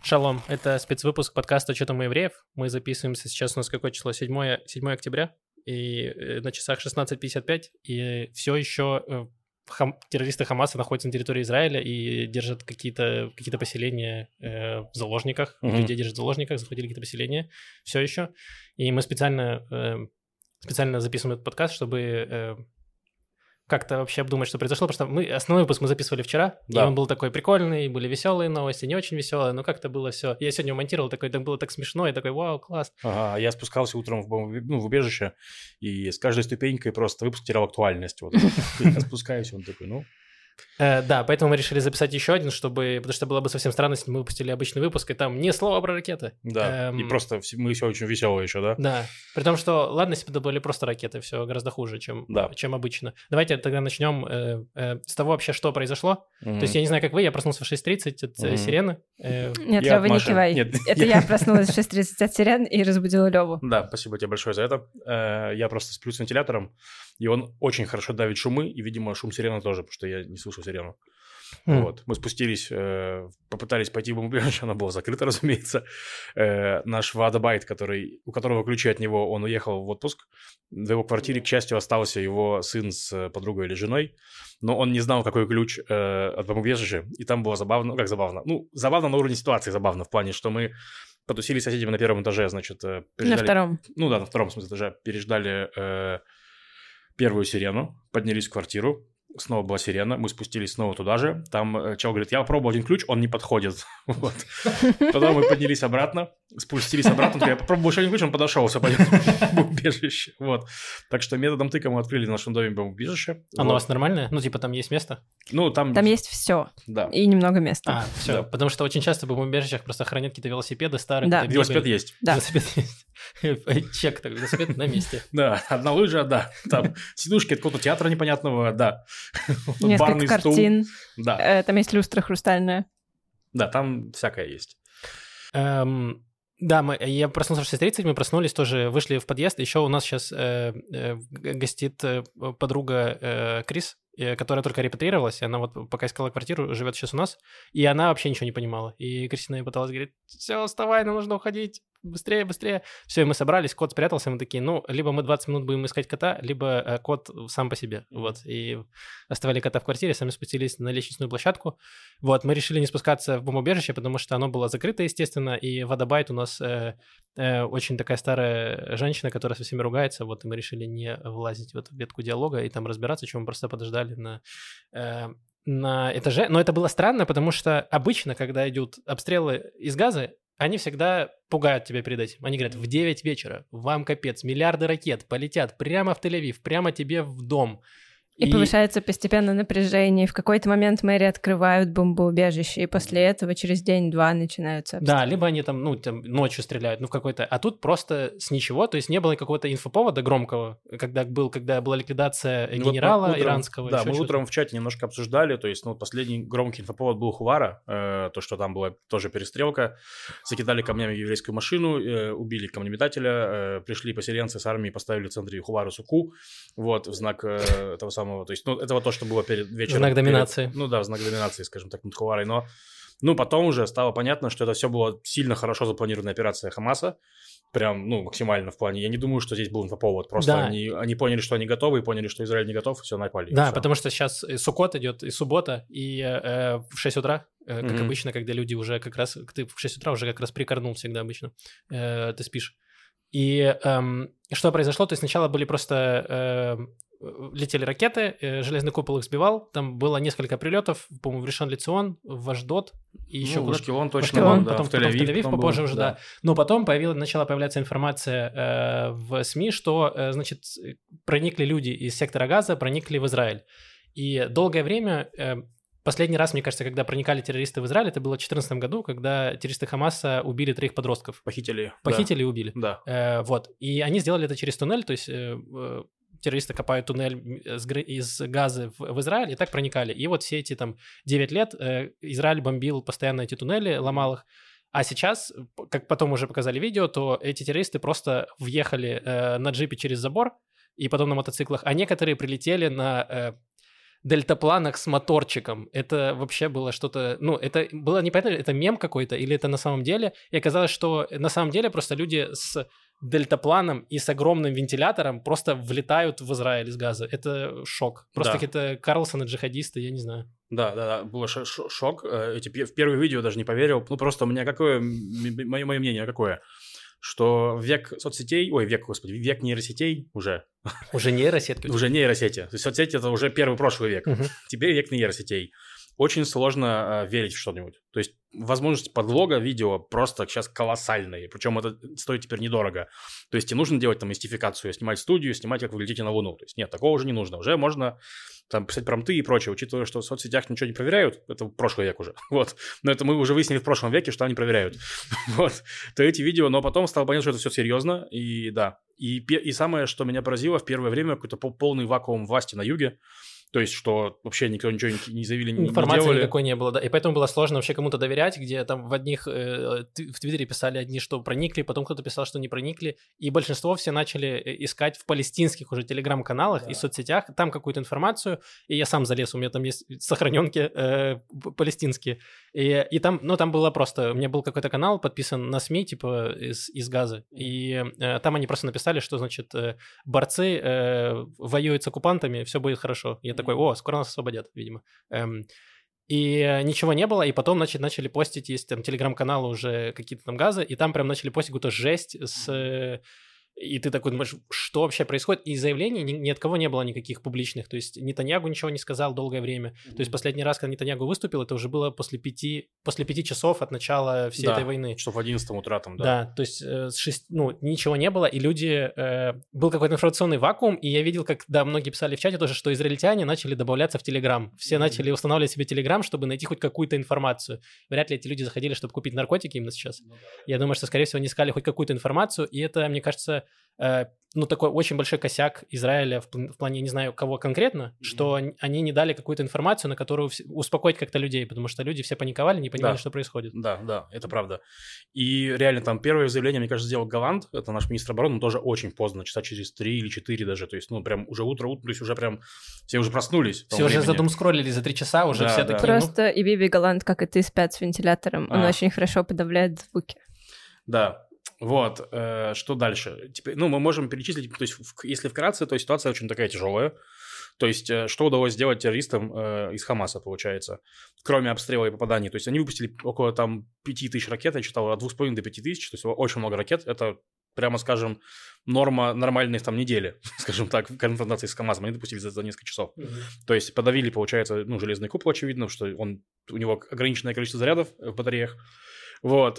Шалом, это спецвыпуск подкаста «Что там у евреев?». Мы записываемся сейчас, у нас какое число? 7 октября, и на часах 16:55, и все еще террористы Хамаса находятся на территории Израиля и держат какие-то поселения в заложниках, людей держат в заложниках, захватили какие-то поселения, все еще. И мы специально записываем этот подкаст, чтобы как-то вообще обдумать, что произошло, потому что основной выпуск мы записывали вчера, да. И он был такой прикольный, были веселые новости, не очень веселые, но как-то было все. Я сегодня монтировал, было так смешно, и такой, вау, класс. Ага, я спускался утром в убежище, и с каждой ступенькой просто выпуск терял актуальность. Вот. Я спускаюсь, он такой, Да, поэтому мы решили записать еще один, потому что было бы совсем странно, если мы выпустили обычный выпуск, и там ни слова про ракеты. Да, и просто мы все очень веселые еще, да? Да, при том, что, ладно, если бы это были просто ракеты, все гораздо хуже, чем обычно. Давайте тогда начнем с того вообще, что произошло. То есть я не знаю, как вы, я проснулся в 6:30 от сирены. Нет, Лёва, не кивай. Это я проснулась в 6:30 от сирен и разбудила Лёву. Да, спасибо тебе большое за это. Я просто сплю с вентилятором, и он очень хорошо давит шумы, и, видимо, шум сирены тоже, потому что я не слышу сирену. Вот. Мы спустились, попытались пойти в бомбоубежище, оно было закрыто, разумеется. Наш ваадабайт, у которого ключи от него, он уехал в отпуск. В его квартире, к счастью, остался его сын с подругой или женой, но он не знал, какой ключ от бомбоубежища, и там было забавно, забавно? Забавно на уровне ситуации, забавно в плане, что мы потусили с соседями на первом этаже, значит, переждали... На втором. На втором, в смысле, этаже, переждали первую сирену, поднялись в квартиру, снова была сирена, мы спустились снова туда же. Там чел говорит, я попробовал один ключ, он не подходит. Вот. Потом мы поднялись обратно, спустились обратно. Я попробовал еще один ключ, он подошел, все пойдет в бомбоубежище. Вот. Так что методом тыка мы открыли в нашем доме бомбоубежище. Оно у вас нормальное? Там есть место? Там есть все. Да. И немного места. Все. Да. Потому что очень часто в бомбоубежищах просто хранят какие-то велосипеды старые. Да. Велосипед есть. Да. Велосипед есть. Чек, так, велосипед на месте. Да, одна лыжа, да. Там сидушки от какого-то театра непонятного, да. Несколько картин. Да. Там есть люстра хрустальная. Да, там всякое есть. Да, я проснулся в 6:30, мы проснулись тоже, вышли в подъезд. Еще у нас сейчас гостит подруга Крис, которая только репатрировалась, и она вот пока искала квартиру, живет сейчас у нас, и она вообще ничего не понимала. И Кристина ей пыталась говорить, все, вставай, нам нужно уходить, быстрее, быстрее. Все, и мы собрались, кот спрятался, мы такие, либо мы 20 минут будем искать кота, либо кот сам по себе, вот. И оставили кота в квартире, сами спустились на лестничную площадку. Вот, мы решили не спускаться в бомбоубежище, потому что оно было закрыто, естественно, и ваадабайт у нас очень такая старая женщина, которая со всеми ругается, вот, и мы решили не влазить в эту ветку диалога и там разбираться, чем мы просто подождали на этаже. Но это было странно, потому что обычно, когда идут обстрелы из Газы, они всегда пугают тебя перед этим. Они говорят, в 9 вечера вам капец, миллиарды ракет полетят прямо в Тель-Авив, прямо тебе в дом. И повышается постепенно напряжение. В какой-то момент мэрии открывают бомбоубежище, и после этого через день-два начинаются обстрелы. Да, либо они там ночью стреляют, в какой-то... А тут просто с ничего, то есть не было какого-то инфоповода громкого, когда была ликвидация генерала иранского. Да, мы утром в чате немножко обсуждали, то есть, последний громкий инфоповод был Хувара, то, что там была тоже перестрелка, закидали камнями еврейскую машину, убили камнеметателя, пришли поселенцы с армией, поставили в центре Хувара суку, вот, в знак этого самого. То есть, это вот то, что было перед вечером. Знак доминации. В знак доминации, скажем так, над Хуварой. Но, потом уже стало понятно, что это все было сильно хорошо запланированная операция Хамаса. Прям, максимально в плане. Я не думаю, что здесь был инфоповод. Просто да. они поняли, что они готовы, и поняли, что Израиль не готов, и все, напали. Да, потому что сейчас Суккот идет, и суббота, и в 6 утра, как обычно, когда люди уже как раз... Ты в 6 утра уже как раз прикорнул всегда обычно. Ты спишь. И что произошло? То есть сначала были просто... летели ракеты, железный купол их сбивал, там было несколько прилетов, по-моему, в Ришон-Ле-Цион, в Ашдод, и еще в Ашкелон точно, Ашкелон, да, потом в Тель-Авив попозже уже, да. Но потом начала появляться информация в СМИ, что, значит, проникли люди из сектора Газа, проникли в Израиль. И долгое время... Последний раз, мне кажется, когда проникали террористы в Израиль, это было в 2014 году, когда террористы Хамаса убили 3 подростков. Похитили и убили. Да. Вот. И они сделали это через туннель, то есть... террористы копают туннель из Газы в Израиль и так проникали. И вот все эти 9 лет Израиль бомбил постоянно эти туннели, ломал их. А сейчас, как потом уже показали видео, то эти террористы просто въехали на джипе через забор и потом на мотоциклах, а некоторые прилетели дельтапланах с моторчиком. Это вообще было что-то... Ну, это было непонятно, это мем какой-то или это на самом деле. И оказалось, что на самом деле просто люди с дельтапланом и с огромным вентилятором просто влетают в Израиль из Газа. Это шок. Просто какие-то Карлсоны, джихадисты, я не знаю. Да, было шок. В первое видео даже не поверил. Ну, просто у меня мое мнение какое? Что век нейросетей уже. Уже нейросетки? Уже нейросети. То есть соцсети – это уже прошлый век. Теперь век нейросетей. Очень сложно верить в что-нибудь. То есть возможности подлога видео просто сейчас колоссальные. Причем это стоит теперь недорого. То есть не нужно делать там мистификацию, снимать студию, снимать, как вы летите на Луну. То есть нет, такого уже не нужно. Уже можно там писать промпты и прочее. Учитывая, что в соцсетях ничего не проверяют, это прошлый век уже. Вот. Но это мы уже выяснили в прошлом веке, что они проверяют. Вот. То эти видео, но потом стало понятно, что это все серьезно. И да. И самое, что меня поразило в первое время, какой-то полный вакуум власти на юге. То есть, что вообще никто ничего не заявили, не делали. Информации никакой не было, да. И поэтому было сложно вообще кому-то доверять, где там в Твиттере писали одни, что проникли, потом кто-то писал, что не проникли. И большинство все начали искать в палестинских уже телеграм-каналах и соцсетях там какую-то информацию. И я сам залез, у меня там есть сохраненки палестинские. И там, ну, там было просто... У меня был какой-то канал подписан на СМИ, типа, из Газы. И там они просто написали, что, значит, борцы воюют с оккупантами, все будет хорошо. Я такой, скоро нас освободят, видимо. И ничего не было, и потом, значит, начали постить, есть там телеграм-каналы уже какие-то там Газы, и там прям начали постить какую-то жесть с... И ты такой думаешь, что вообще происходит? И заявлений ни от кого не было никаких публичных. То есть Нетаньягу ничего не сказал долгое время. То есть последний раз, когда Нетаньягу выступил, это уже было после 5 часов от начала всей этой войны. Что в 11 утра там, да. Да, то есть ничего не было, и люди... был какой-то информационный вакуум, и я видел, как, да, многие писали в чате тоже, что израильтяне начали добавляться в Телеграм. Все начали устанавливать себе Телеграм, чтобы найти хоть какую-то информацию. Вряд ли эти люди заходили, чтобы купить наркотики именно сейчас. Я думаю, что, скорее всего, они искали хоть какую-то информацию, и это, мне кажется, такой очень большой косяк Израиля в плане, не знаю, кого конкретно, что они не дали какую-то информацию, на которую успокоить как-то людей, потому что люди все паниковали, не понимали, что происходит. Да, это правда. И реально там первое заявление, мне кажется, сделал Галант, это наш министр обороны, но тоже очень поздно, часа через 3 или 4 даже, то есть, прям уже утро, то есть уже прям все уже проснулись. Все уже задумскроллили за 3 часа, уже все такие... Просто и Биби Галант, как и ты, спят с вентилятором, он очень хорошо подавляет звуки. Да. Вот, что дальше? Теперь, мы можем перечислить, то есть, если вкратце, то ситуация очень такая тяжелая. То есть, что удалось сделать террористам из Хамаса, получается, кроме обстрела и попаданий. То есть, они выпустили около там 5000 ракет, я читал, от 2,5 до 5000, то есть, очень много ракет. Это, прямо скажем, норма нормальной там недели, скажем так, в конфронтации с Хамасом. Они допустили за несколько часов. То есть, подавили, получается, железный купол, очевидно, что у него ограниченное количество зарядов в батареях. Вот,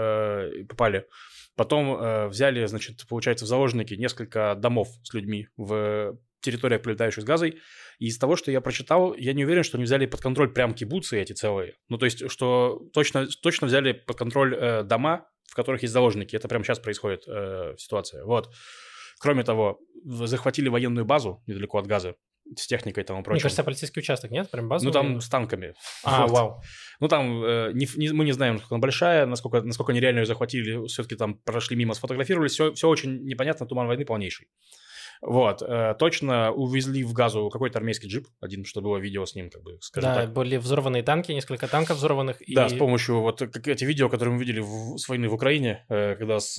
попали. Потом взяли, значит, получается, в заложники несколько домов с людьми в территориях, прилетающих с Газой. И из того, что я прочитал, я не уверен, что они взяли под контроль прям кибуцы эти целые. Ну, то есть, что точно взяли под контроль дома, в которых есть заложники. Это прямо сейчас происходит ситуация. Вот. Кроме того, захватили военную базу недалеко от Газы с техникой и тому прочим. Мне кажется, полицейский участок, нет? Прям базу? Там с танками. Вау. Там мы не знаем, насколько она большая, насколько они реально ее захватили, все-таки там прошли мимо, сфотографировали, все очень непонятно, туман войны полнейший. Вот, точно увезли в Газу какой-то армейский джип, один, что было видео с ним, как бы, скажем так. Да, были взорванные танки, несколько танков взорванных. Да, с помощью вот эти видео, которые мы видели с войны в Украине, когда с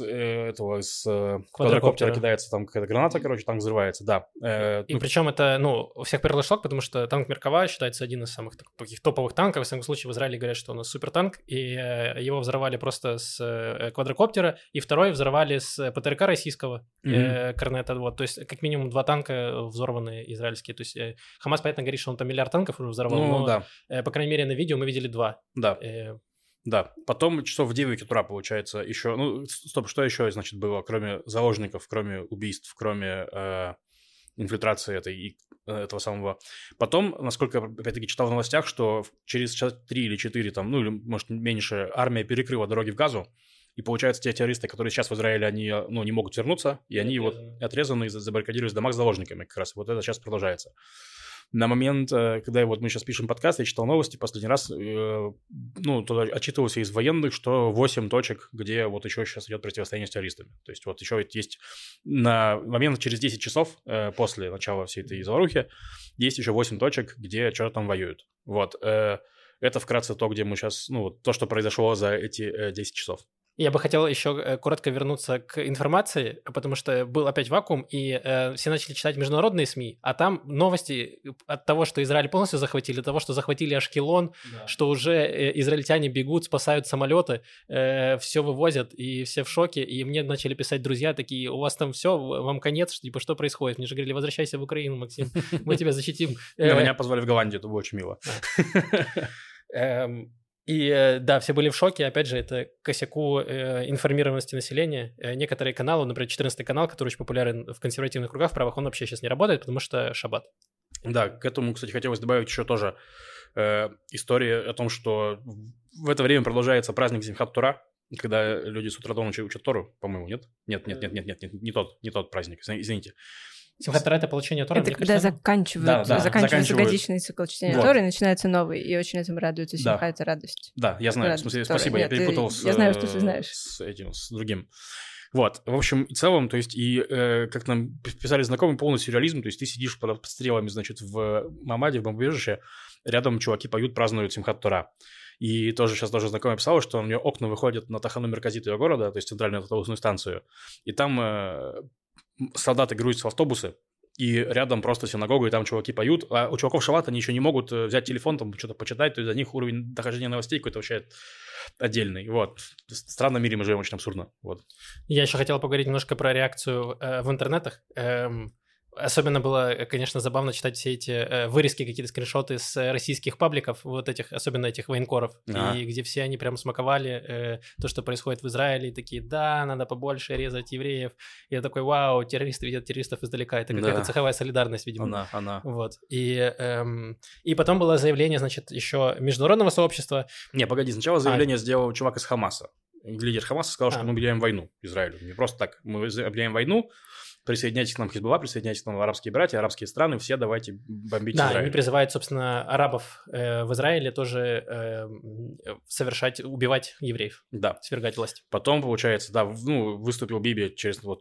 квадрокоптера кидается там какая-то граната, танк взрывается, да. Причем это, у всех первый шок, потому что танк Меркава считается один из самых таких топовых танков. В самом случае в Израиле говорят, что у нас супертанк, и его взорвали просто с квадрокоптера, и второй взорвали с ПТРК российского, Корнета, вот, то есть как минимум 2 танка взорванные израильские. То есть Хамас, понятно, говорит, что он там миллиард танков уже взорвал, но, по крайней мере, на видео мы видели 2. Да. Да. Потом часов в 9 утра, получается, еще... что еще, значит, было, кроме заложников, кроме убийств, кроме инфильтрации этого самого... Потом, насколько я, опять-таки, читал в новостях, что через час 3 или 4, там, или, может, меньше, армия перекрыла дороги в Газу. И получается, те террористы, которые сейчас в Израиле, они не могут вернуться, и они отрезаны и забаррикадировались в домах с заложниками как раз. Вот это сейчас продолжается. На момент, когда вот мы сейчас пишем подкаст, я читал новости последний раз, туда отчитывался из военных, что 8 точек, где вот еще сейчас идет противостояние с террористами. То есть вот еще есть на момент через 10 часов после начала всей этой заварухи, есть еще 8 точек, где что-то там воюют. Вот. Это вкратце то, где мы сейчас, то, что произошло за эти 10 часов. Я бы хотел еще коротко вернуться к информации, потому что был опять вакуум, и все начали читать международные СМИ, а там новости от того, что Израиль полностью захватили, того, что захватили Ашкелон, что уже израильтяне бегут, спасают самолеты, все вывозят, и все в шоке, и мне начали писать друзья такие: у вас там все, вам конец, типа, что происходит? Мне же говорили: возвращайся в Украину, Максим, мы тебя защитим. Меня позвали в Голландию, это было очень мило. И да, все были в шоке. Опять же, это к косяку информированности населения. Некоторые каналы, например, 14-й канал, который очень популярен в консервативных кругах, в правах, он вообще сейчас не работает, потому что шаббат. Да, к этому, кстати, хотелось добавить еще тоже история о том, что в это время продолжается праздник Симхат Тора, когда люди с утра до ночи учат Тору, по-моему, нет? Нет, не тот праздник, извините. Симхат Тора — это получение Торы. Это когда заканчивается годичный цикл чтения Торы, и начинается новый, и очень этим радуется Симха, это радость. Да, я знаю, в смысле, спасибо, я перепутал с другим. Вот, в общем и целом, то есть, и как нам писали знакомые, полный сюрреализм, то есть ты сидишь под обстрелами, значит, в Мамаде, в бомбоубежище, рядом чуваки поют, празднуют Симхат Тора. И тоже сейчас тоже знакомая писала, что у нее окна выходят на Тахану Мерказит ее города, то есть центральную автобусную станцию, и там солдаты грузятся в автобусы, и рядом просто синагога, и там чуваки поют, а у чуваков шаббат, они еще не могут взять телефон, там что-то почитать, то есть за них уровень дохождения новостей какой-то вообще отдельный, вот. В странном мире мы живем, очень абсурдно, вот. Я еще хотел поговорить немножко про реакцию в интернетах. Особенно было, конечно, забавно читать все эти вырезки, какие-то скриншоты с российских пабликов, вот этих, особенно этих военкоров, и где все они прям смаковали то, что происходит в Израиле, и такие: да, надо побольше резать евреев. И я такой: вау, террористы видят террористов издалека. Это какая-то цеховая солидарность, видимо. Она. Вот. И потом было заявление, значит, еще международного сообщества. Не, погоди, сначала заявление сделал чувак из Хамаса. Лидер Хамаса сказал, что мы объявляем войну Израилю. Не просто так, мы объявляем войну. Присоединяйтесь к нам Хизбулла, присоединяйтесь к нам арабские братья, арабские страны, все давайте бомбить Израиль. Да, они призывают, собственно, арабов в Израиле тоже убивать евреев, свергать власть. Потом, получается, выступил Биби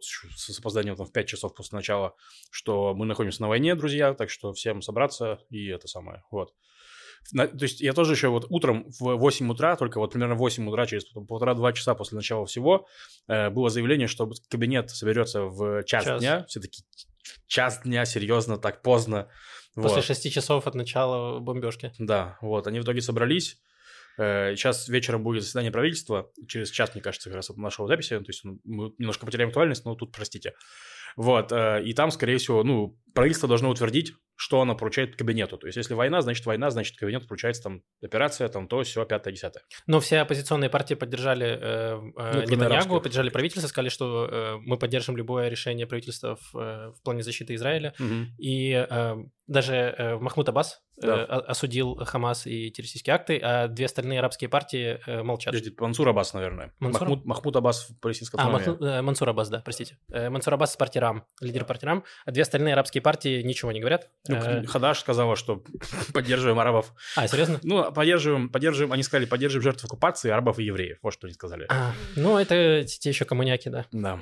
с опозданием в 5 часов после начала, что мы находимся на войне, друзья, так что всем собраться и это самое, вот. То есть я тоже еще вот утром в 8 утра, только вот примерно в 8 утра, через 1,5-2 часа после начала всего, было заявление, что кабинет соберется в час дня. Все таки час дня, серьезно, так поздно. После 6 часов от начала бомбежки. Да, вот, они в итоге собрались. Сейчас вечером будет заседание правительства, через час, мне кажется, как раз от нашего записи, то есть мы немножко потеряем актуальность, но тут простите. Вот, и там, скорее всего, правительство должно утвердить, что оно поручает кабинету. То есть, если война, значит кабинету поручается там операция, там то, все, 5-10. Но все оппозиционные партии поддержали Нетаньягу, поддержали правительство, сказали, что мы поддержим любое решение правительства в плане защиты Израиля. И даже Махмуд Аббас осудил Хамас и террористические акты, а две остальные арабские партии молчат. Подожди, Мансур Аббас, наверное. Махмуд Аббас в палестинской автономии. Мансур Аббас, да, простите. Мансур Аббас с партии РАМ, лидер партии РАМ, а две остальные арабские партии ничего не говорят. Хадаш сказала, что поддерживаем арабов. Серьезно? Поддерживаем, они сказали, поддерживаем жертв оккупации арабов и евреев. Вот что они сказали. Это те еще коммуняки, да. Да.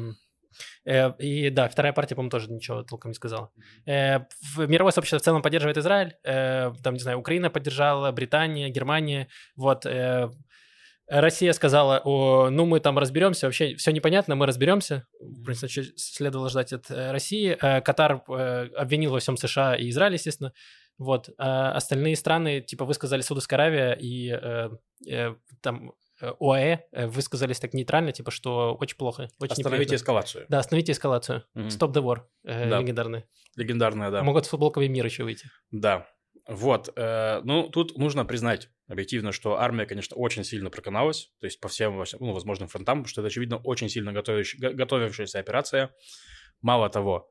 И да, вторая партия, по-моему, тоже ничего толком не сказала. Мировое сообщество в целом поддерживает Израиль. Там, не знаю, Украина поддержала, Британия, Германия. Вот. Россия сказала: мы там разберемся, вообще все непонятно, мы разберемся. В принципе, следовало ждать от России. Катар обвинил во всем США и Израиль, естественно. Вот. А остальные страны, высказали Саудовская Аравия и там ОАЭ высказались так нейтрально, что очень плохо. Очень остановите эскалацию. Да, остановите эскалацию. Stop the war. Легендарный. Легендарная, да. Могут в футболковый мир еще выйти. Да. Вот. Тут нужно признать объективно, что армия, конечно, очень сильно проканалась, то есть по всем возможным фронтам, потому что это, очевидно, очень сильно готовившаяся операция. Мало того,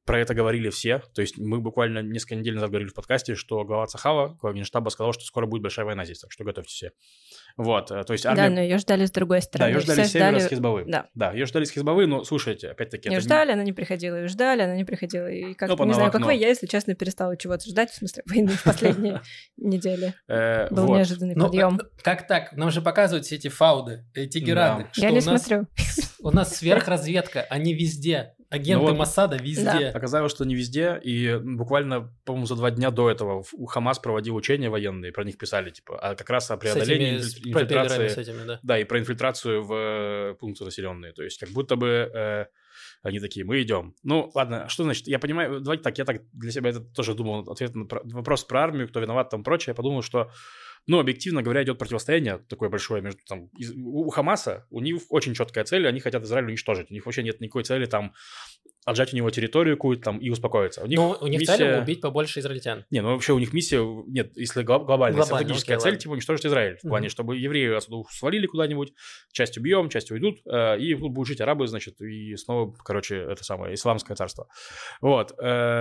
про это говорили все. То есть мы буквально несколько недель назад говорили в подкасте, что глава Цахала, глава Генштаба, сказал, что скоро будет большая война здесь, так что готовьтесь все. Вот, то есть армия... Да, но ее ждали с другой стороны. Да, ее ждали с севера, с Хизбаллы. Да, ее ждали с Хизбаллы, но, слушайте, опять-таки... Ее ждали, она не приходила, ее ждали, она не приходила. И как-то, не знаю, как вы, я, если честно, перестала чего-то ждать, в смысле, войны в последние недели. Был неожиданный подъем. Как так? Нам же показывают все эти фауды, Тегераны. Я не смотрю. У нас сверхразведка, они везде. Агенты Моссада везде. Оказалось, что не везде, и буквально, по-моему, за 2 дня до этого Хамас проводил учения военные, про них писали, типа, а как раз о преодолении инфильтрации. Да, и про инфильтрацию в пункты населенные. То есть как будто бы они такие, мы идем. Ну, ладно, что значит? Я понимаю, давайте так, я так для себя это тоже думал, ответ на вопрос про армию, кто виноват там прочее, я подумал, что ну, объективно говоря, идет противостояние такое большое между там... У Хамаса, у них очень четкая цель, они хотят Израиль уничтожить. У них вообще нет никакой цели там отжать у него территорию какую-то там и успокоиться. У них цель убить побольше израильтян. Не, ну вообще у них миссия... Нет, если глобальная стратегическая цель, типа уничтожить Израиль. В плане, чтобы евреи отсюда свалили куда-нибудь, часть убьем, часть уйдут, и тут будут жить арабы, значит, и снова, короче, это самое, исламское царство. Вот.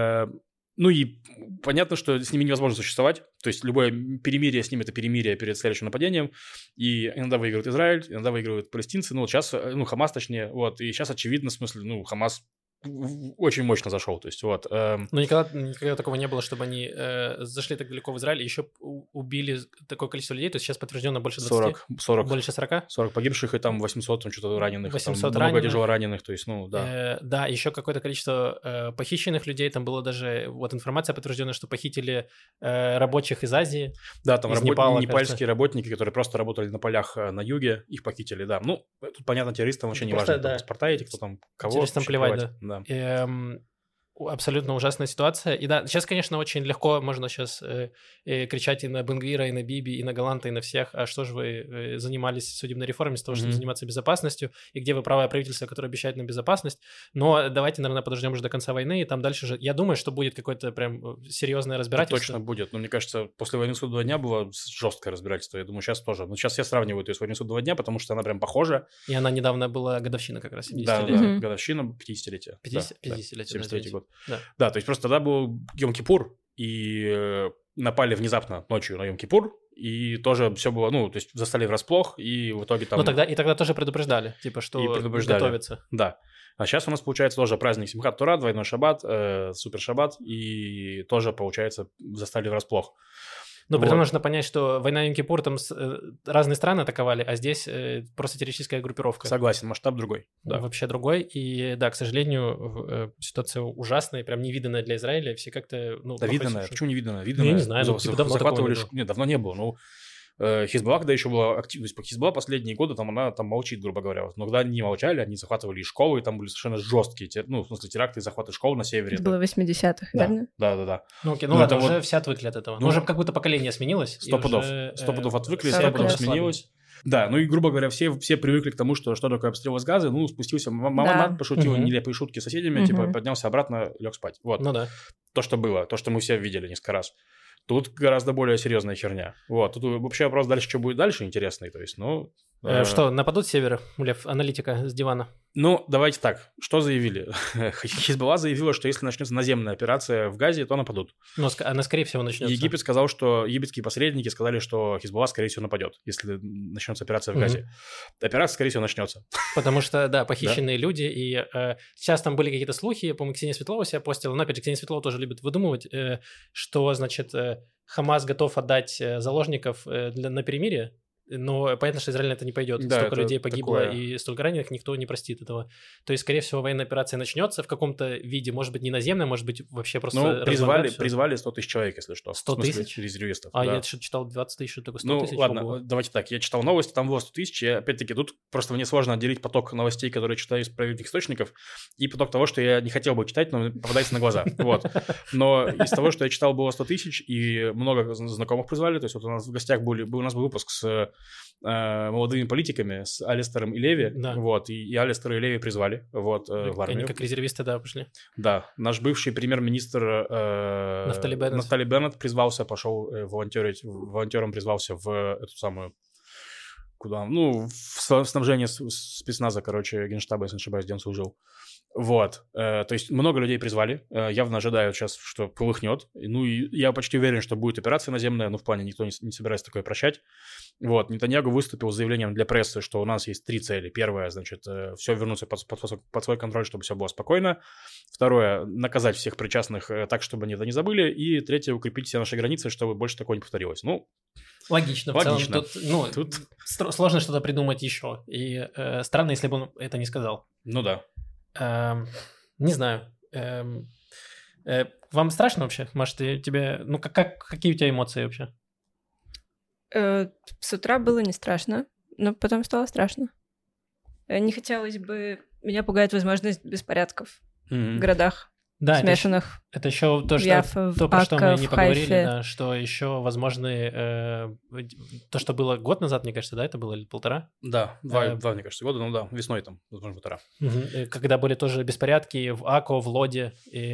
Ну и понятно, что с ними невозможно существовать. То есть любое перемирие с ними – это перемирие перед следующим нападением. И иногда выигрывает Израиль, иногда выигрывают палестинцы. Ну вот сейчас, Хамас точнее. Вот, и сейчас очевидно, в смысле, Хамас очень мощно зашел, то есть вот. Ну, никогда такого не было, чтобы они зашли так далеко в Израиль и еще убили такое количество людей, то есть сейчас подтверждено больше 20. 40. Больше 40? 40 погибших и там 800 там что-то раненых. 800 там много тяжело раненых, то есть, да. Да, еще какое-то количество похищенных людей, там было даже, вот информация подтверждена, что похитили рабочих из Азии. Да, там непальские работники, которые просто работали на полях на юге, их похитили, да. Ну, тут, понятно, террористам вообще не важно, да. Паспорта эти, кто там, кого. Террористам плевать, да. Абсолютно ужасная ситуация. И да, сейчас, конечно, очень легко можно сейчас кричать и на Бен-Гвира, и на Биби, и на Галанта, и на всех. А что же вы занимались судебной реформой с того, чтобы заниматься безопасностью? И где вы правое правительство, которое обещает нам безопасность? Но давайте, наверное, подождем уже до конца войны, и там дальше же... Я думаю, что будет какое-то прям серьезное разбирательство. Это точно будет. Но мне кажется, после «Войны суда 2 дня» было жесткое разбирательство. Я думаю, сейчас тоже. Но сейчас все сравнивают ее с «Войной суда 2 дня», потому что она прям похожа. И она недавно была годовщина как раз, 70-летия. Да, годовщина 50-летия. 50-летия. 73-й год. Да, то есть просто тогда был Йом-Кипур, и напали внезапно ночью на Йом-Кипур, и тоже все было, то есть застали врасплох, и в итоге там... Ну, тогда тоже предупреждали, типа, что готовится. Да. А сейчас у нас, получается, тоже праздник Симхат Тора, двойной шаббат, супер шаббат, и тоже, получается, застали врасплох. Ну, при том нужно понять, что война Йом-Кипур, там разные страны атаковали, а здесь просто террористическая группировка. Согласен, масштаб другой. Да. Вообще другой. И да, к сожалению, ситуация ужасная, прям невиданная для Израиля. Все как-то... Да, виданная. Почему невиданная? Я не знаю, захватывали... Нет, давно не было. Хизбалла, когда еще была активность по Хизбалла последние годы, она там молчит, грубо говоря. Но когда они молчали, они захватывали и школы, и там были совершенно жесткие, в смысле, теракты и захваты школ на севере. Это было в 80-х, верно? Да. Ну окей, ладно, уже все отвыкли от этого. Уже как будто поколение сменилось. 100 пудов отвыкли, 100 пудов сменилось. Да, и, грубо говоря, все привыкли к тому, что такое обстрел из Газы. Спустился мама, пошутила нелепые шутки с соседями, поднялся обратно, лег спать. Вот. Ну да. То, что было, то, что мы все видели несколько раз. Тут гораздо более серьезная херня. Вот. Тут вообще вопрос дальше, что будет дальше, интересный. То есть, Что, нападут с севера, Лев, аналитика с дивана? Давайте так. Что заявили? Хизбалла заявила, что если начнется наземная операция в Газе, то нападут. Но она, скорее всего, начнется. Египет сказал, что египетские посредники сказали, что Хизбалла, скорее всего, нападет, если начнется операция в Газе. Операция, скорее всего, начнется. Потому что, да, похищенные люди, и сейчас там были какие-то слухи, по-моему, Ксения Светлова себя постила, но, опять же, Ксения Светлова тоже любит выдумывать, что, значит, Хамас готов отдать заложников на перемирие. Но понятно, что Израиль на это не пойдет. Да, столько людей погибло такое... и столько раненых, никто не простит этого. То есть, скорее всего, военная операция начнется в каком-то виде, может быть, не наземная, может быть, вообще просто... призвали 100 тысяч человек, если что. 100 тысяч? Резервистов. А да. Я что-то читал 20 тысяч, такое 100 тысяч. Ладно, давайте так. Я читал новости, там было 100 тысяч. И, опять-таки, тут просто мне сложно отделить поток новостей, которые читаю из проверенных источников, и поток того, что я не хотел бы читать, но попадается на глаза. Вот. Но из того, что я читал, было 100 тысяч, и много знакомых призвали. То есть, вот у нас в гостях был выпуск с молодыми политиками, с Алистером и Леви, вот, и Алистера и Леви призвали, вот, в армию. Они как резервисты, да, пошли. Да, наш бывший премьер-министр Нафтали Беннет призвался, пошел волонтерить, волонтером призвался в эту самую куда? Ну, в снабжение спецназа, короче, Генштаба, если не ошибаюсь, где он служил. Вот, то есть много людей призвали, явно ожидают сейчас, что полыхнет. Ну, и я почти уверен, что будет операция наземная, ну, в плане никто не собирается такое прощать. Вот, Нетаньягу выступил с заявлением для прессы, что у нас есть 3 цели. Первое, значит, все вернуться под свой контроль, чтобы все было спокойно. Второе, наказать всех причастных так, чтобы они это не забыли. И третье, укрепить все наши границы, чтобы больше такого не повторилось. Ну, логично. В целом, тут сложно что-то придумать еще. И странно, если бы он это не сказал. Ну да. Не знаю. Вам страшно вообще? Маш, тебе... Ну, какие у тебя эмоции вообще? С утра было не страшно, но потом стало страшно. Не хотелось бы... Меня пугает возможность беспорядков в городах. Да, смешанных. Это еще то, про что мы не поговорили, да, что еще возможны... то, что было год назад, мне кажется, да, это было или 1,5? Да, 2, мне кажется, года, ну да, весной там, возможно, 1,5. Когда были тоже беспорядки в Ако, в Лоде,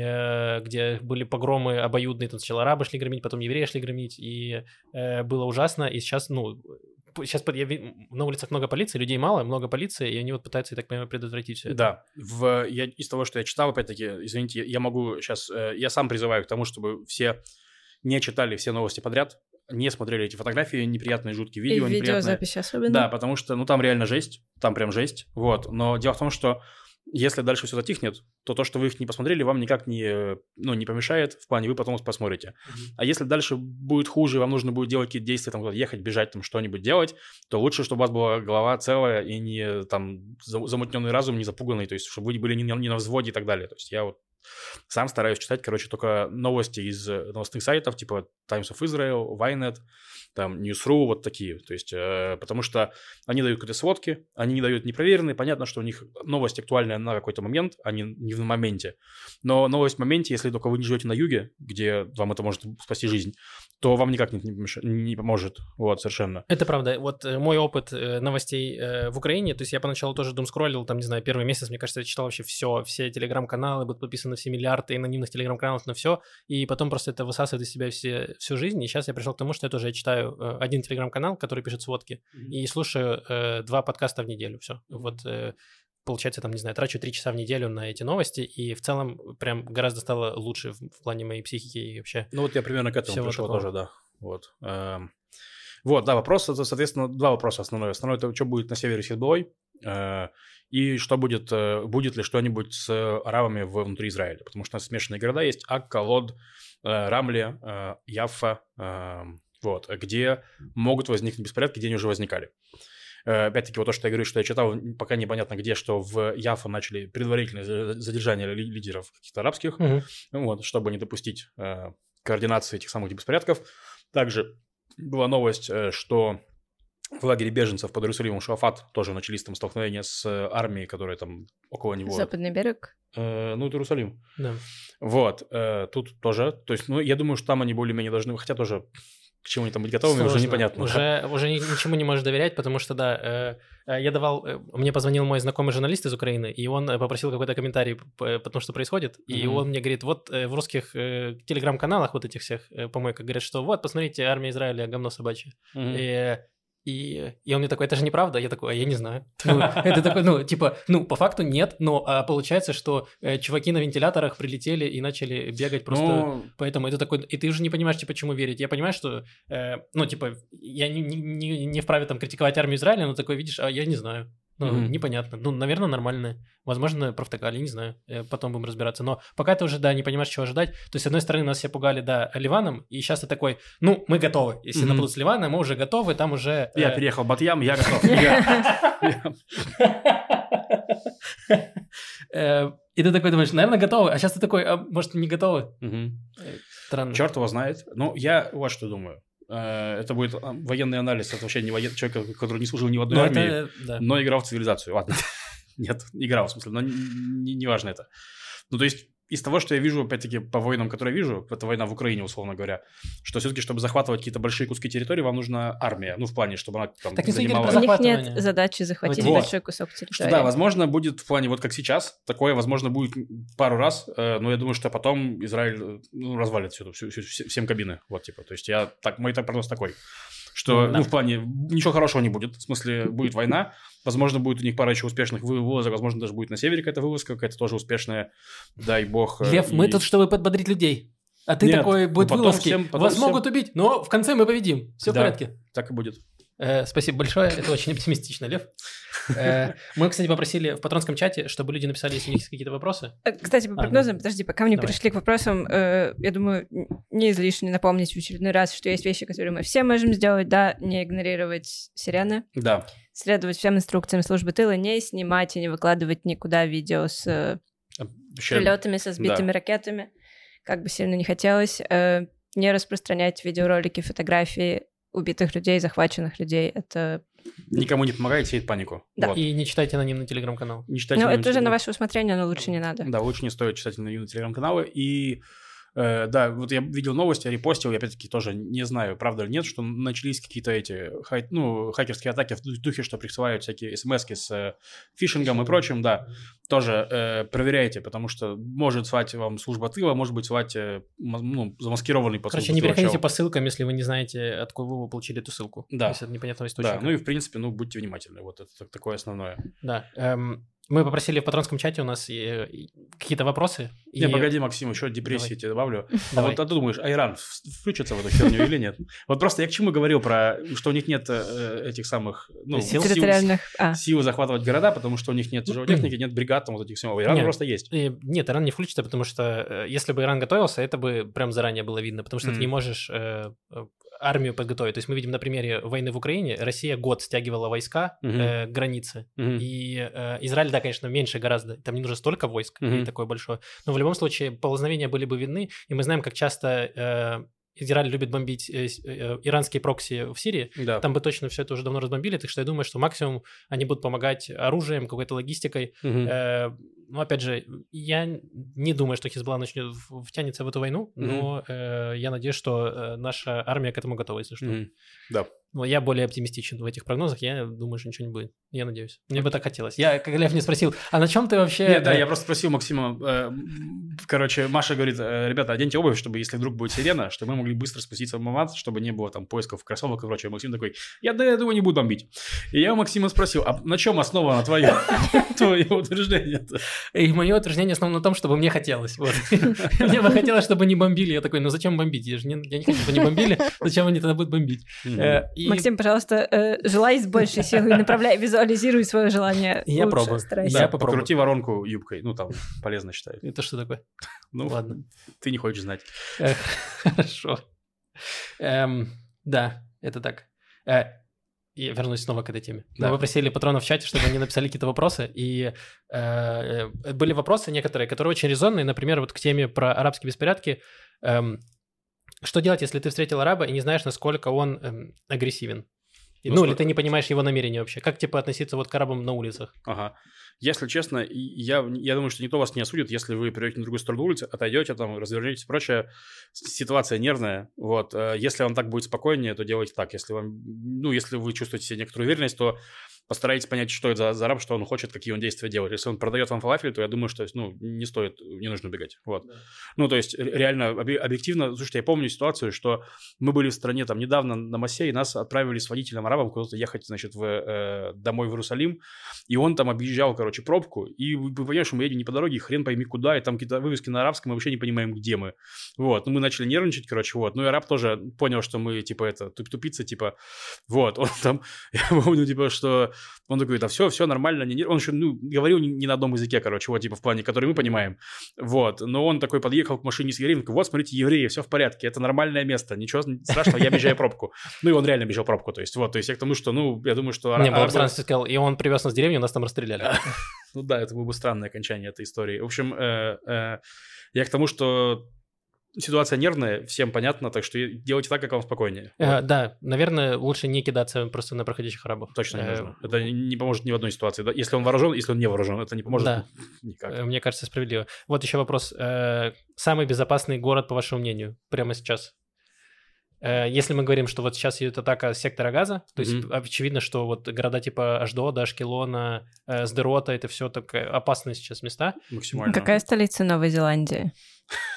где были погромы обоюдные, там сначала арабы шли громить, потом евреи шли громить, и было ужасно, и сейчас, сейчас на улицах много полиции, людей мало, много полиции, и они вот пытаются, я так понимаю, предотвратить все это. Да, из того, что я читал, опять-таки, извините, я могу сейчас, я сам призываю к тому, чтобы все не читали все новости подряд, не смотрели эти фотографии, неприятные, жуткие видео. И видеозаписи особенно. Да, потому что, там реально жесть, там прям жесть, вот. Но дело в том, что если дальше все затихнет, то, что вы их не посмотрели, вам никак не помешает, в плане вы потом посмотрите. А если дальше будет хуже, вам нужно будет делать какие-то действия, там, ехать, бежать, там, что-нибудь делать, то лучше, чтобы у вас была голова целая и не, там, замутненный разум, не запуганный, то есть, чтобы вы были не на взводе и так далее. То есть, я вот сам стараюсь читать, только новости из новостных сайтов, типа Times of Israel, Ynet, там, News.ru, вот такие. То есть, потому что они дают какие-то сводки, они не дают непроверенные. Понятно, что у них новость актуальная на какой-то момент, а не в моменте. Но новость в моменте, если только вы не живете на юге, где вам это может спасти жизнь, то вам никак не поможет. Вот, совершенно. Это правда. Вот мой опыт новостей в Украине, то есть я поначалу тоже думскроллил, там, не знаю, первый месяц, мне кажется, я читал вообще все телеграм-каналы, будут подписаны все миллиарды анонимных телеграм-каналов на все, и потом просто это высасывает из себя всю жизнь, и сейчас я пришел к тому, что я тоже читаю один телеграм-канал, который пишет сводки, и слушаю 2 подкаста в неделю, все. Вот получается, там, не знаю, трачу 3 часа в неделю на эти новости, и в целом прям гораздо стало лучше в плане моей психики и вообще. Ну вот я примерно к этому пришел тоже, да. Вот. Вот, да, вопрос, это, соответственно, 2 вопроса основные. Основное, это что будет на севере с Хизбаллой, и что будет ли что-нибудь с арабами внутри Израиля, потому что у нас смешанные города есть, Акка, Лод, Рамли, Яффа, вот, где могут возникнуть беспорядки, где они уже возникали. Опять-таки, вот то, что я говорю, что я читал, пока непонятно где, что в Яффа начали предварительное задержание лидеров каких-то арабских, вот, чтобы не допустить координации этих самых беспорядков. Также была новость, что в лагере беженцев под Иерусалимом Шуафат тоже начались там столкновения с армией, которая там около него... Западный берег? Это Иерусалим. Да. Вот, тут тоже, то есть, я думаю, что там они более-менее должны, хотя тоже к чему они там быть готовыми, сложно. Уже непонятно. Уже ничему не можешь доверять, потому что, да, мне позвонил мой знакомый журналист из Украины, и он попросил какой-то комментарий по тому, что происходит, и он мне говорит, вот в русских телеграм-каналах вот этих всех помойках говорят, что вот, посмотрите, армия Израиля говно собачье. И он мне такой, это же неправда. Я такой, а я не знаю. Это такой, по факту нет, но получается, что чуваки на вентиляторах прилетели и начали бегать просто. Поэтому это такой, и ты уже не понимаешь, чему верить. Я понимаю, что, я не вправе там критиковать армию Израиля, но такой, видишь, а я не знаю. Непонятно. Наверное, нормальное. Возможно, провтыкали, не знаю. Потом будем разбираться. Но пока ты уже, да, не понимаешь, чего ожидать. То есть, с одной стороны, нас все пугали, да, Ливаном, и сейчас ты такой, мы готовы. Если нападут с Ливана, мы уже готовы, там уже... Я переехал в Батьям, я готов. И ты такой думаешь, наверное, готовы. А сейчас ты такой, а может, не готовы? Странно. Черт его знает. Я вот что думаю. Это будет военный анализ, это вообще не человек, который не служил ни в одной армии, но играл в цивилизацию. Ладно, нет, играл в смысле, но не важно это. То есть из того, что я вижу, опять-таки, по войнам, которые я вижу, это война в Украине, условно говоря, что все-таки, чтобы захватывать какие-то большие куски территории, вам нужна армия, в плане, чтобы она там так занимала... У них нет задачи захватить большой кусок территории. Что, да, возможно, будет в плане, вот как сейчас, такое, возможно, будет пару раз, но я думаю, что потом Израиль развалит всем кабины, вот, типа, то есть мой прогноз такой. что, в плане, ничего хорошего не будет. В смысле, будет война, возможно, будет у них пара еще успешных вылазок, возможно, даже будет на севере какая-то вылазка, какая-то тоже успешная, дай бог. Лев, мы тут, чтобы подбодрить людей. А ты такой, будет вылазки, вас могут убить, но в конце мы победим. Все в порядке. Так и будет. Спасибо большое, это очень оптимистично, Лев. Мы, кстати, попросили в патронском чате, чтобы люди написали, если у них есть какие-то вопросы. Кстати, по прогнозам, подожди, пока мы не перешли к вопросам, я думаю, не излишне напомнить в очередной раз, что есть вещи, которые мы все можем сделать, да, не игнорировать сирены. Да. Следовать всем инструкциям службы тыла, не снимать и не выкладывать никуда видео с прилетами, со сбитыми ракетами, как бы сильно не хотелось, не распространять видеоролики, фотографии убитых людей, захваченных людей. Это... Никому не помогает, сеять панику. Да. Вот. И не читайте анонимный телеграм-канал. Это уже на ваше усмотрение, но лучше не надо. Да, лучше не стоит читать анонимные телеграм-каналы. И да, вот я видел новости, репостил, я опять-таки тоже не знаю, правда или нет, что начались какие-то эти хакерские атаки в духе, что присылают всякие смс-ки с фишингом и прочим, да. Тоже проверяйте, потому что может слать вам служба тыла, может быть слать замаскированный под службу тыла. Короче, не переходите по ссылкам, если вы не знаете, откуда вы получили эту ссылку. Да. Если это непонятного источника. Да, ну и в принципе, будьте внимательны, вот это такое основное. Да. Мы попросили в патронском чате у нас какие-то вопросы. Не, погоди, Максим, еще депрессии тебе добавлю. А ты думаешь, Иран включится в эту херню или нет? Вот просто я к чему говорил про, что у них нет этих самых сил захватывать города, потому что у них нет живой техники, нет бригад, там вот этих всего. Иран просто есть. Нет, Иран не включится, потому что если бы Иран готовился, это бы прям заранее было видно, потому что ты не можешь армию подготовить. То есть мы видим на примере войны в Украине, Россия год стягивала войска к границе, и Израиль, да, конечно, меньше гораздо, там не нужно столько войск, и такое большое, но в любом случае полозновения были бы видны, и мы знаем, как часто Израиль любит бомбить иранские прокси в Сирии, да. Там бы точно все это уже давно разбомбили, так что я думаю, что максимум они будут помогать оружием, какой-то логистикой. Но опять же, я не думаю, что Хизбалла втянется в эту войну, но я надеюсь, что наша армия к этому готова, если что. Да. Но я более оптимистичен в этих прогнозах, я думаю, что ничего не будет. Я надеюсь. Мне бы так хотелось. Я, как Лев мне спросил, а на чем ты вообще... Нет, да, я просто спросил Максима, короче, Маша говорит, ребята, оденьте обувь, чтобы, если вдруг будет сирена, чтобы мы могли быстро спуститься в Мамат, чтобы не было там поисков кроссовок и прочее. Максим такой, я думаю, не буду бомбить. И я у Максима спросил, а на чем основано твое утверждение? И мое утверждение основано на том, чтобы мне хотелось. Мне бы хотелось, чтобы не бомбили. Я такой, ну зачем бомбить? Я не хочу, чтобы не бомбили. Зачем они тогда будут бомбить? Максим, пожалуйста, желай с большей силой, направляй, визуализируй свое желание. Я пробую. Да, покрути воронку юбкой. Ну, там, полезно считаю. Это что такое? Ну, ладно. Ты не хочешь знать. Хорошо. Да, это так. Я вернусь снова к этой теме. Да. Мы попросили патронов в чате, чтобы они написали какие-то вопросы, и были вопросы некоторые, которые очень резонные, например, вот к теме про арабские беспорядки. Что делать, если ты встретил араба и не знаешь, насколько он агрессивен? Или ты не понимаешь его намерения вообще? Как, относиться вот к арабам на улицах? Ага. Если честно, я думаю, что никто вас не осудит, если вы придете на другую сторону улицы, отойдете, там, развернетесь и прочее. Ситуация нервная. Вот. Если вам так будет спокойнее, то делайте так. Если вы чувствуете себе некоторую уверенность, то постарайтесь понять, что это за араб, что он хочет, какие он действия делает. Если он продает вам фалафель, то я думаю, что не нужно убегать. Вот. Да. То есть реально, объективно, слушайте, я помню ситуацию, что мы были в стране там недавно на Массе, и нас отправили с водителем-арабом куда-то ехать, значит, домой в Иерусалим, и он там объезжал, пробку, и вы понимаете, что мы едем не по дороге, хрен пойми куда, и там какие-то вывески на арабском, мы вообще не понимаем, где мы. Вот. Мы начали нервничать, вот. И араб тоже понял, что мы, тупицы, вот. Он там, я помню, что он такой, да все нормально. Он еще, говорил не на одном языке, в плане, который мы понимаем. Вот. Но он такой подъехал к машине с евреем, такой, вот, смотрите, евреи, все в порядке, это нормальное место, ничего страшного, я объезжаю пробку. И он реально объезжал пробку, то есть я к тому, что, я думаю, что... Не, было странно, ты сказал, и он привез нас в деревню, нас там расстреляли. Да, это было бы странное окончание этой истории. В общем, я к тому, что ситуация нервная, всем понятно, так что делайте так, как вам спокойнее. Да, наверное, лучше не кидаться просто на проходящих арабов. Точно не нужно. Это не поможет ни в одной ситуации. Да? Если он вооружен, если он не вооружен, это не поможет никак. Мне кажется, справедливо. Вот еще вопрос. Самый безопасный город, по вашему мнению, прямо сейчас? Если мы говорим, что вот сейчас идет атака сектора Газа, то есть очевидно, что вот города типа Ашдода, Ашкелона, Сдерота, это все так опасные сейчас места. Максимально. Какая столица Новой Зеландии?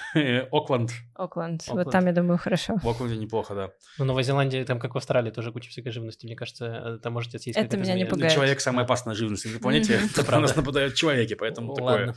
Окленд. Вот там, я думаю, хорошо. В Окленде неплохо, да. Ну, Новая Зеландия, там, как в Австралии, тоже куча всякой живности. Мне кажется, там можете съесть это меня не пугает. Человек – самая опасная живность на планете. На нас нападают человеки, поэтому такое.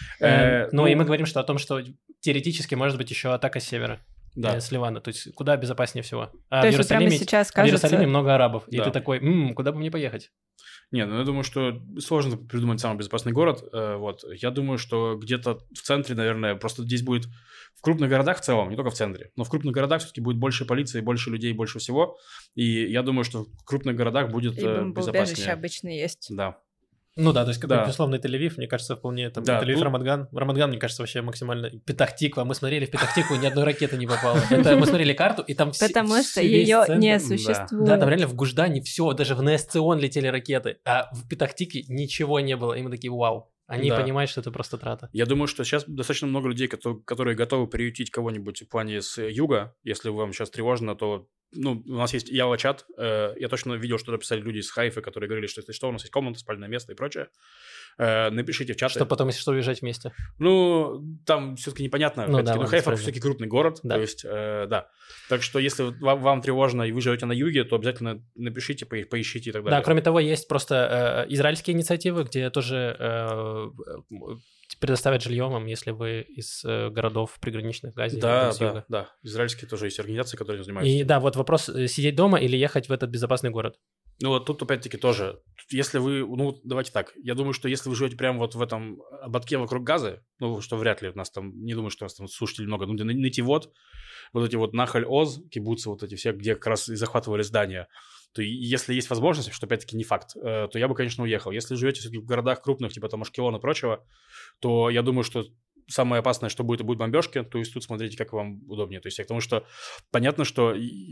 Ну, и мы говорим о том, что теоретически может быть еще атака с севера. Да. С Ливана, то есть куда безопаснее всего. А в Иерусалиме много арабов, и ты такой, куда бы мне поехать? Не, ну я думаю, что сложно придумать самый безопасный город. Вот. Я думаю, что где-то в центре, наверное, просто здесь будет в крупных городах в целом, не только в центре, но в крупных городах все-таки будет больше полиции, больше людей, больше всего. И я думаю, что в крупных городах будет безопаснее. Убежища обычно есть. Да. Ну да, то есть какой-то условный Тель-Авив, мне кажется, вполне там Тель-Авив, Рамадган. Рамадган, мне кажется, вообще максимально... Петах-Тиква. Мы смотрели в Петах-Тикву, ни одной ракеты не попало. Это мы смотрели карту, и там все... Потому что ее не существует. Да, там реально в Гуждане все, даже в Несцион летели ракеты, а в Петах-Тикве ничего не было. И мы такие, вау. Они понимают, что это просто трата. Я думаю, что сейчас достаточно много людей, которые готовы приютить кого-нибудь в плане с юга. Если вам сейчас тревожно, то... Ну, у нас есть Ява-чат. Я точно видел, что написали люди из Хайфы, которые говорили, что если что, у нас есть комната, спальное место и прочее. Напишите в чаты. Что потом, если что, уезжать вместе? Ну, там все-таки непонятно. Ну, да, но Хайфа все-таки крупный город. Да. То есть, да. Так что, если вам тревожно и вы живете на юге, то обязательно напишите, поищите и так далее. Да, кроме того, есть просто израильские инициативы, где тоже предоставят жилье вам, если вы из городов приграничных Газе. Да. Израильские тоже есть организации, которые занимаются. И да, вот вопрос, сидеть дома или ехать в этот безопасный город? Ну, вот тут опять-таки тоже, если вы, ну, давайте так, я думаю, что если вы живете прямо вот в этом ободке вокруг Газы, ну, что вряд ли у нас там, не думаю, что у нас там слушателей много, ну, Нетивот, вот эти вот Нахаль-Оз, кибуцы вот эти все, где как раз и захватывали здания, то если есть возможность, что опять-таки не факт, то я бы, конечно, уехал. Если живете все-таки в городах крупных, типа там Ашкелон и прочего, то я думаю, что самое опасное, что будет бомбежки, то есть тут смотрите, как вам удобнее. То есть потому что понятно, что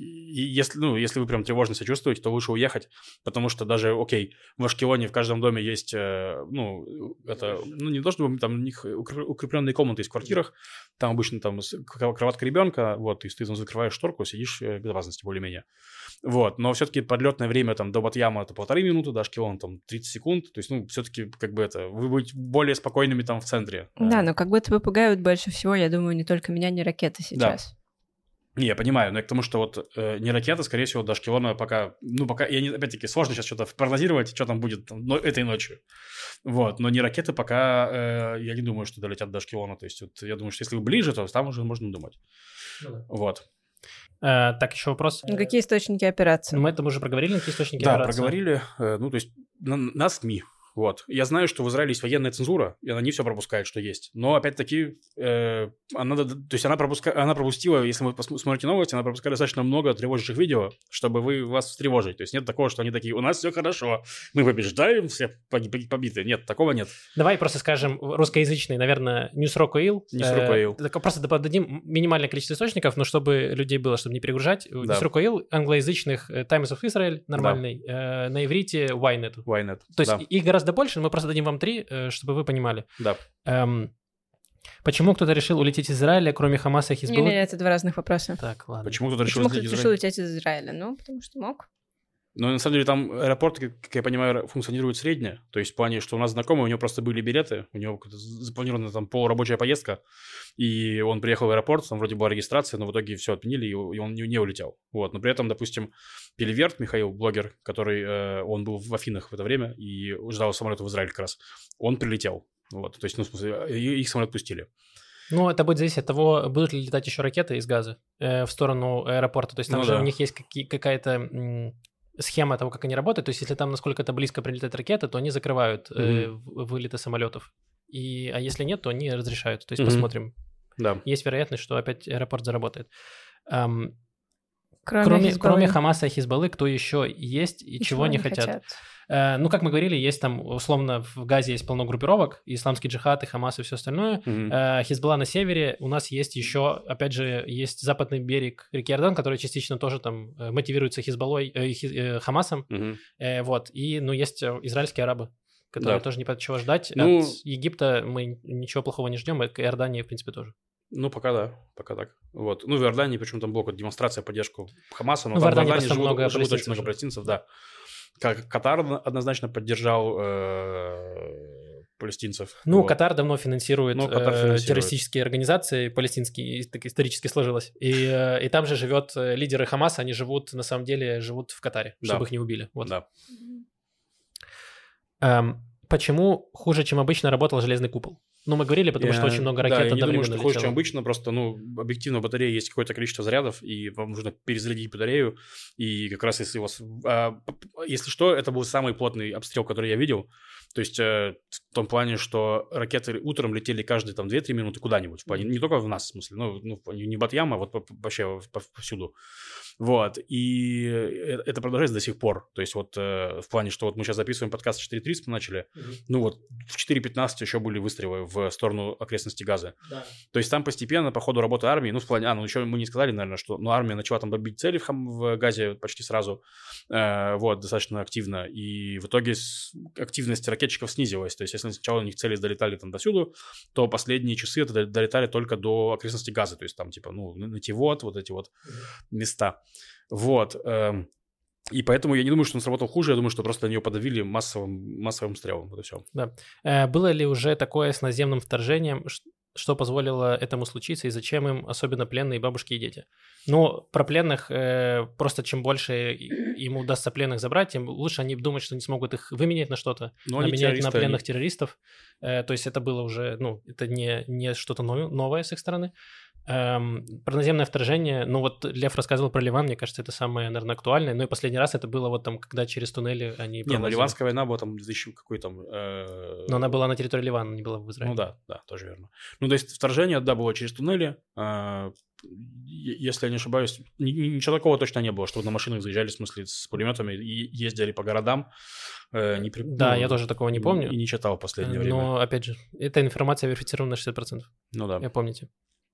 если вы прям тревожно себя чувствуете, то лучше уехать, потому что даже, в Ашкелоне в каждом доме есть, не то, чтобы там у них укрепленные комнаты есть в квартирах, там обычно там кроватка ребенка, вот, и ты там закрываешь шторку, сидишь в безопасности более-менее. Вот, но все-таки подлетное время там до Бат-Яма это 1,5 минуты, до Ашкелона там 30 секунд, то есть, все-таки как бы вы будете более спокойными там в центре. Да, но как будто бы пугают больше всего, я думаю, не только меня, не ракеты сейчас. Да. Не, я понимаю, но я к тому, что вот не ракета, скорее всего, до Ашкелона пока, опять-таки, сложно сейчас что-то прогнозировать, что там будет этой ночью. Вот, но не ракеты пока, я не думаю, что долетят до Ашкелона, то есть вот, я думаю, что если вы ближе, то там уже можно думать. Вот. Так, еще вопрос. Какие источники операции? Мы это уже проговорили, какие источники операции? Да, проговорили. То есть на СМИ. Вот. Я знаю, что в Израиле есть военная цензура, и она не все пропускает, что есть. Но, опять-таки, она пропустила, если вы посмотрите новости, она пропускает достаточно много тревожащих видео, чтобы вас встревожить. То есть нет такого, что они такие, у нас все хорошо, мы побеждаем, все побиты. Нет, такого нет. Давай просто скажем русскоязычный, наверное, Newsrock.oil. Просто подадим минимальное количество источников, но чтобы людей было, чтобы не перегружать. Да. Newsrock.oil, англоязычных Times of Israel, нормальный, да. На иврите Ynet. То есть их гораздо больше, но мы просто дадим вам 3, чтобы вы понимали. Да. Почему кто-то решил улететь из Израиля, кроме Хамаса и Хизбаллы? Нет, это 2 разных вопроса. Так, ладно. Почему кто-то решил улететь из Израиля? Ну, потому что мог. Ну, на самом деле, там аэропорт, как я понимаю, функционирует средне. То есть в плане, что у нас знакомый, у него просто были билеты, у него запланирована там полурабочая поездка, и он приехал в аэропорт, там вроде была регистрация, но в итоге все отменили, и он не улетел. Вот. Но при этом, допустим, Пелеверт, Михаил, блогер, который, он был в Афинах в это время и ждал самолета в Израиль как раз, он прилетел. Вот. То есть, в смысле, их самолет пустили. Ну, это будет зависеть от того, будут ли летать еще ракеты из Газы в сторону аэропорта. То есть там у них есть какая-то схема того, как они работают. То есть если там насколько это близко прилетает ракета, то они закрывают вылеты самолетов. А если нет, то они разрешают. То есть посмотрим. Да. Есть вероятность, что опять аэропорт заработает. Кроме Хамаса и Хизбаллы, кто еще есть и чего не хотят? Ну, как мы говорили, есть там, условно, в Газе есть полно группировок, Исламский джихад, и Хамас, и все остальное. Хизбалла на севере, у нас есть еще, опять же, есть западный берег реки Иордан, который частично тоже там мотивируется Хизбаллой, Хамасом. Вот, и, есть израильские арабы, которые тоже не понятно чего ждать. От Египта мы ничего плохого не ждем, от Иордании, в принципе, тоже. Ну, пока так. Вот. Ну, в Иордании, причем там была демонстрация, поддержку Хамаса, но в Иордании живут очень много палестинцев, да. Катар однозначно поддержал палестинцев. Ну, вот. Катар давно финансирует, террористические организации палестинские, так исторически сложилось. И там же живет лидеры Хамаса, они на самом деле живут в Катаре, чтобы их не убили. Вот. Да. Почему хуже, чем обычно, работал железный купол? Ну, мы говорили, потому что очень много ракет одновременно летело. Я не думаю, что летело. хуже, чем обычно, просто, объективно в батарее есть какое-то количество зарядов, и вам нужно перезарядить батарею, и как раз если у вас... если что, это был самый плотный обстрел, который я видел, то есть в том плане, что ракеты утром летели каждые 2-3 минуты куда-нибудь, в плане, не только в нас, в смысле, не Бат-Яма, а вот вообще повсюду. Вот, и это продолжается до сих пор, то есть вот в плане, что вот мы сейчас записываем подкаст в 4:30 мы начали, в 4:15 еще были выстрелы в сторону окрестностей Газы. Да. То есть там постепенно по ходу работы армии, в плане, еще мы не сказали, наверное, что, армия начала там бомбить цели в Газе почти сразу, достаточно активно, и в итоге активность ракетчиков снизилась, то есть если сначала у них цели долетали там досюду, то последние часы это долетали только до окрестностей Газы, то есть там Нативот, вот эти вот места. Вот. И поэтому я не думаю, что он сработал хуже, я думаю, что просто они его подавили массовым стрелом. Вот и все. Да. Было ли уже такое с наземным вторжением, что позволило этому случиться, и зачем им особенно пленные бабушки и дети? Ну, про пленных, просто чем больше им удастся пленных забрать, тем лучше они думают, что они смогут их выменять на что-то, менять на пленных террористов. То есть это было уже, это не что-то новое с их стороны. Про наземное вторжение, Лев рассказывал про Ливан, мне кажется, это самое, наверное, актуальное. Ну и последний раз это было когда через туннели они провозили. Ливанская война была там 2000 какой там... Но она была на территории Ливана, не была в Израиле. Да, тоже верно. То есть вторжение, было через туннели. Если я не ошибаюсь, ничего такого точно не было, что на машинах заезжали, в смысле, с пулеметами и ездили по городам. Я тоже такого не помню. И не читал в последнее время. Но, опять же, эта информация верифицирована на 60%. Да. Помните.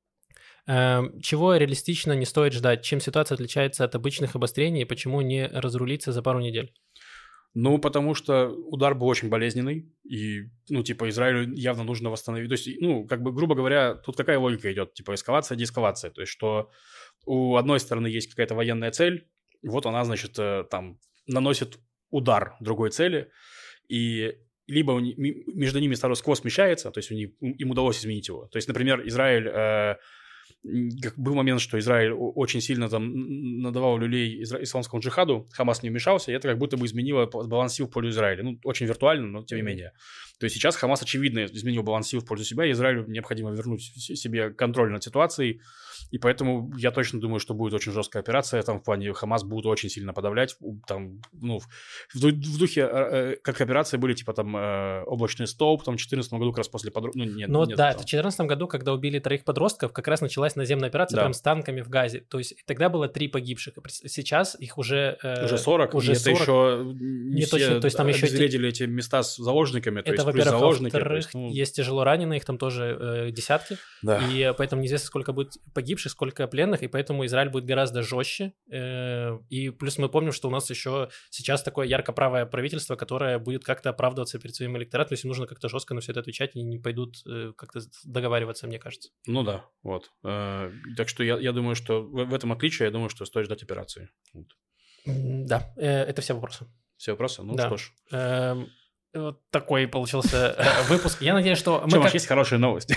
Чего реалистично не стоит ждать? Чем ситуация отличается от обычных обострений и почему не разрулиться за пару недель? Потому что удар был очень болезненный, и, Израилю явно нужно восстановить. То есть, грубо говоря, тут какая логика идет? Эскалация, деэскалация. То есть, что у одной стороны есть какая-то военная цель, вот она, значит, там наносит удар другой цели, и либо между ними статус-кво смещается, то есть им удалось изменить его. То есть, например, Израиль... Был момент, что Израиль очень сильно там надавал люлей исламскому джихаду, Хамас не вмешался, и это как будто бы изменило баланс сил в пользу Израиля. Очень виртуально, но тем не менее. То есть сейчас Хамас, очевидно, изменил баланс сил в пользу себя, и Израилю необходимо вернуть себе контроль над ситуацией, и поэтому я точно думаю, что будет очень жесткая операция, там в плане Хамас будут очень сильно подавлять, там, в духе, как операции были, облачный столб, там, в 2014 году, как раз после подростков, в 2014 году, когда убили 3 подростков, как раз началась наземная операция прям с танками в Газе, то есть тогда было 3 погибших, сейчас их уже 40, уже 40. Это еще не все точно, то есть там еще обезвредили эти места с заложниками, это, то есть во-первых, во-вторых, есть тяжело раненые, их там тоже десятки, и поэтому неизвестно, сколько будет погибших, сколько пленных, и поэтому Израиль будет гораздо жестче, и плюс мы помним, что у нас еще сейчас такое ярко-правое правительство, которое будет как-то оправдываться перед своим электоратом, то есть им нужно как-то жестко на все это отвечать, и не пойдут как-то договариваться, мне кажется. Вот. Так что я думаю, что в этом отличие, я думаю, что стоит ждать операции. Вот. Да, это все вопросы. Все вопросы? Да. Что ж. Вот такой получился выпуск. Я надеюсь, что... У вас есть хорошие новости?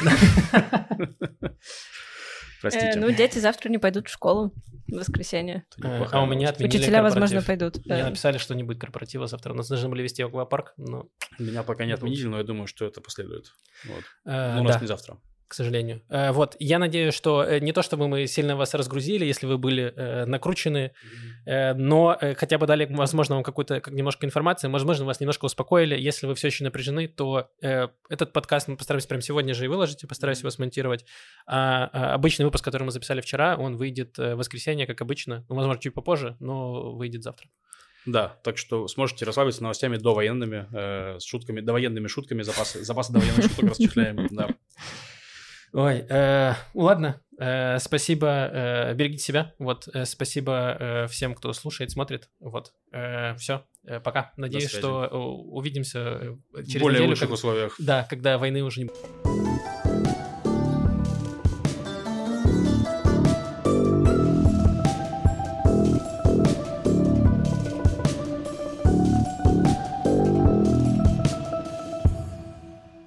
Простите. Дети завтра не пойдут в школу в воскресенье. А у меня отменили учителя, корпоратив. возможно, пойдут. Мне написали, что не будет корпоратива завтра. Нас должны были везти в аквапарк, но... Меня пока не отменили, но я думаю, что это последует. Вот. У нас не завтра. К сожалению. Вот, я надеюсь, что не то, чтобы мы сильно вас разгрузили, если вы были накручены, но хотя бы дали, возможно, вам какую-то немножко информации, возможно, вас немножко успокоили. Если вы все еще напряжены, то этот подкаст мы постараемся прямо сегодня же и выложить, и постараюсь его смонтировать. А обычный выпуск, который мы записали вчера, он выйдет в воскресенье, как обычно, возможно, чуть попозже, но выйдет завтра. Да, так что сможете расслабиться новостями довоенными, с шутками, довоенными шутками, запасы довоенных шуток расчехляем, да. Ой, ладно, спасибо, берегите себя, вот, спасибо всем, кто слушает, смотрит, вот, все, пока, надеюсь, что увидимся через более неделю. лучших условиях. Да, когда войны уже не будет.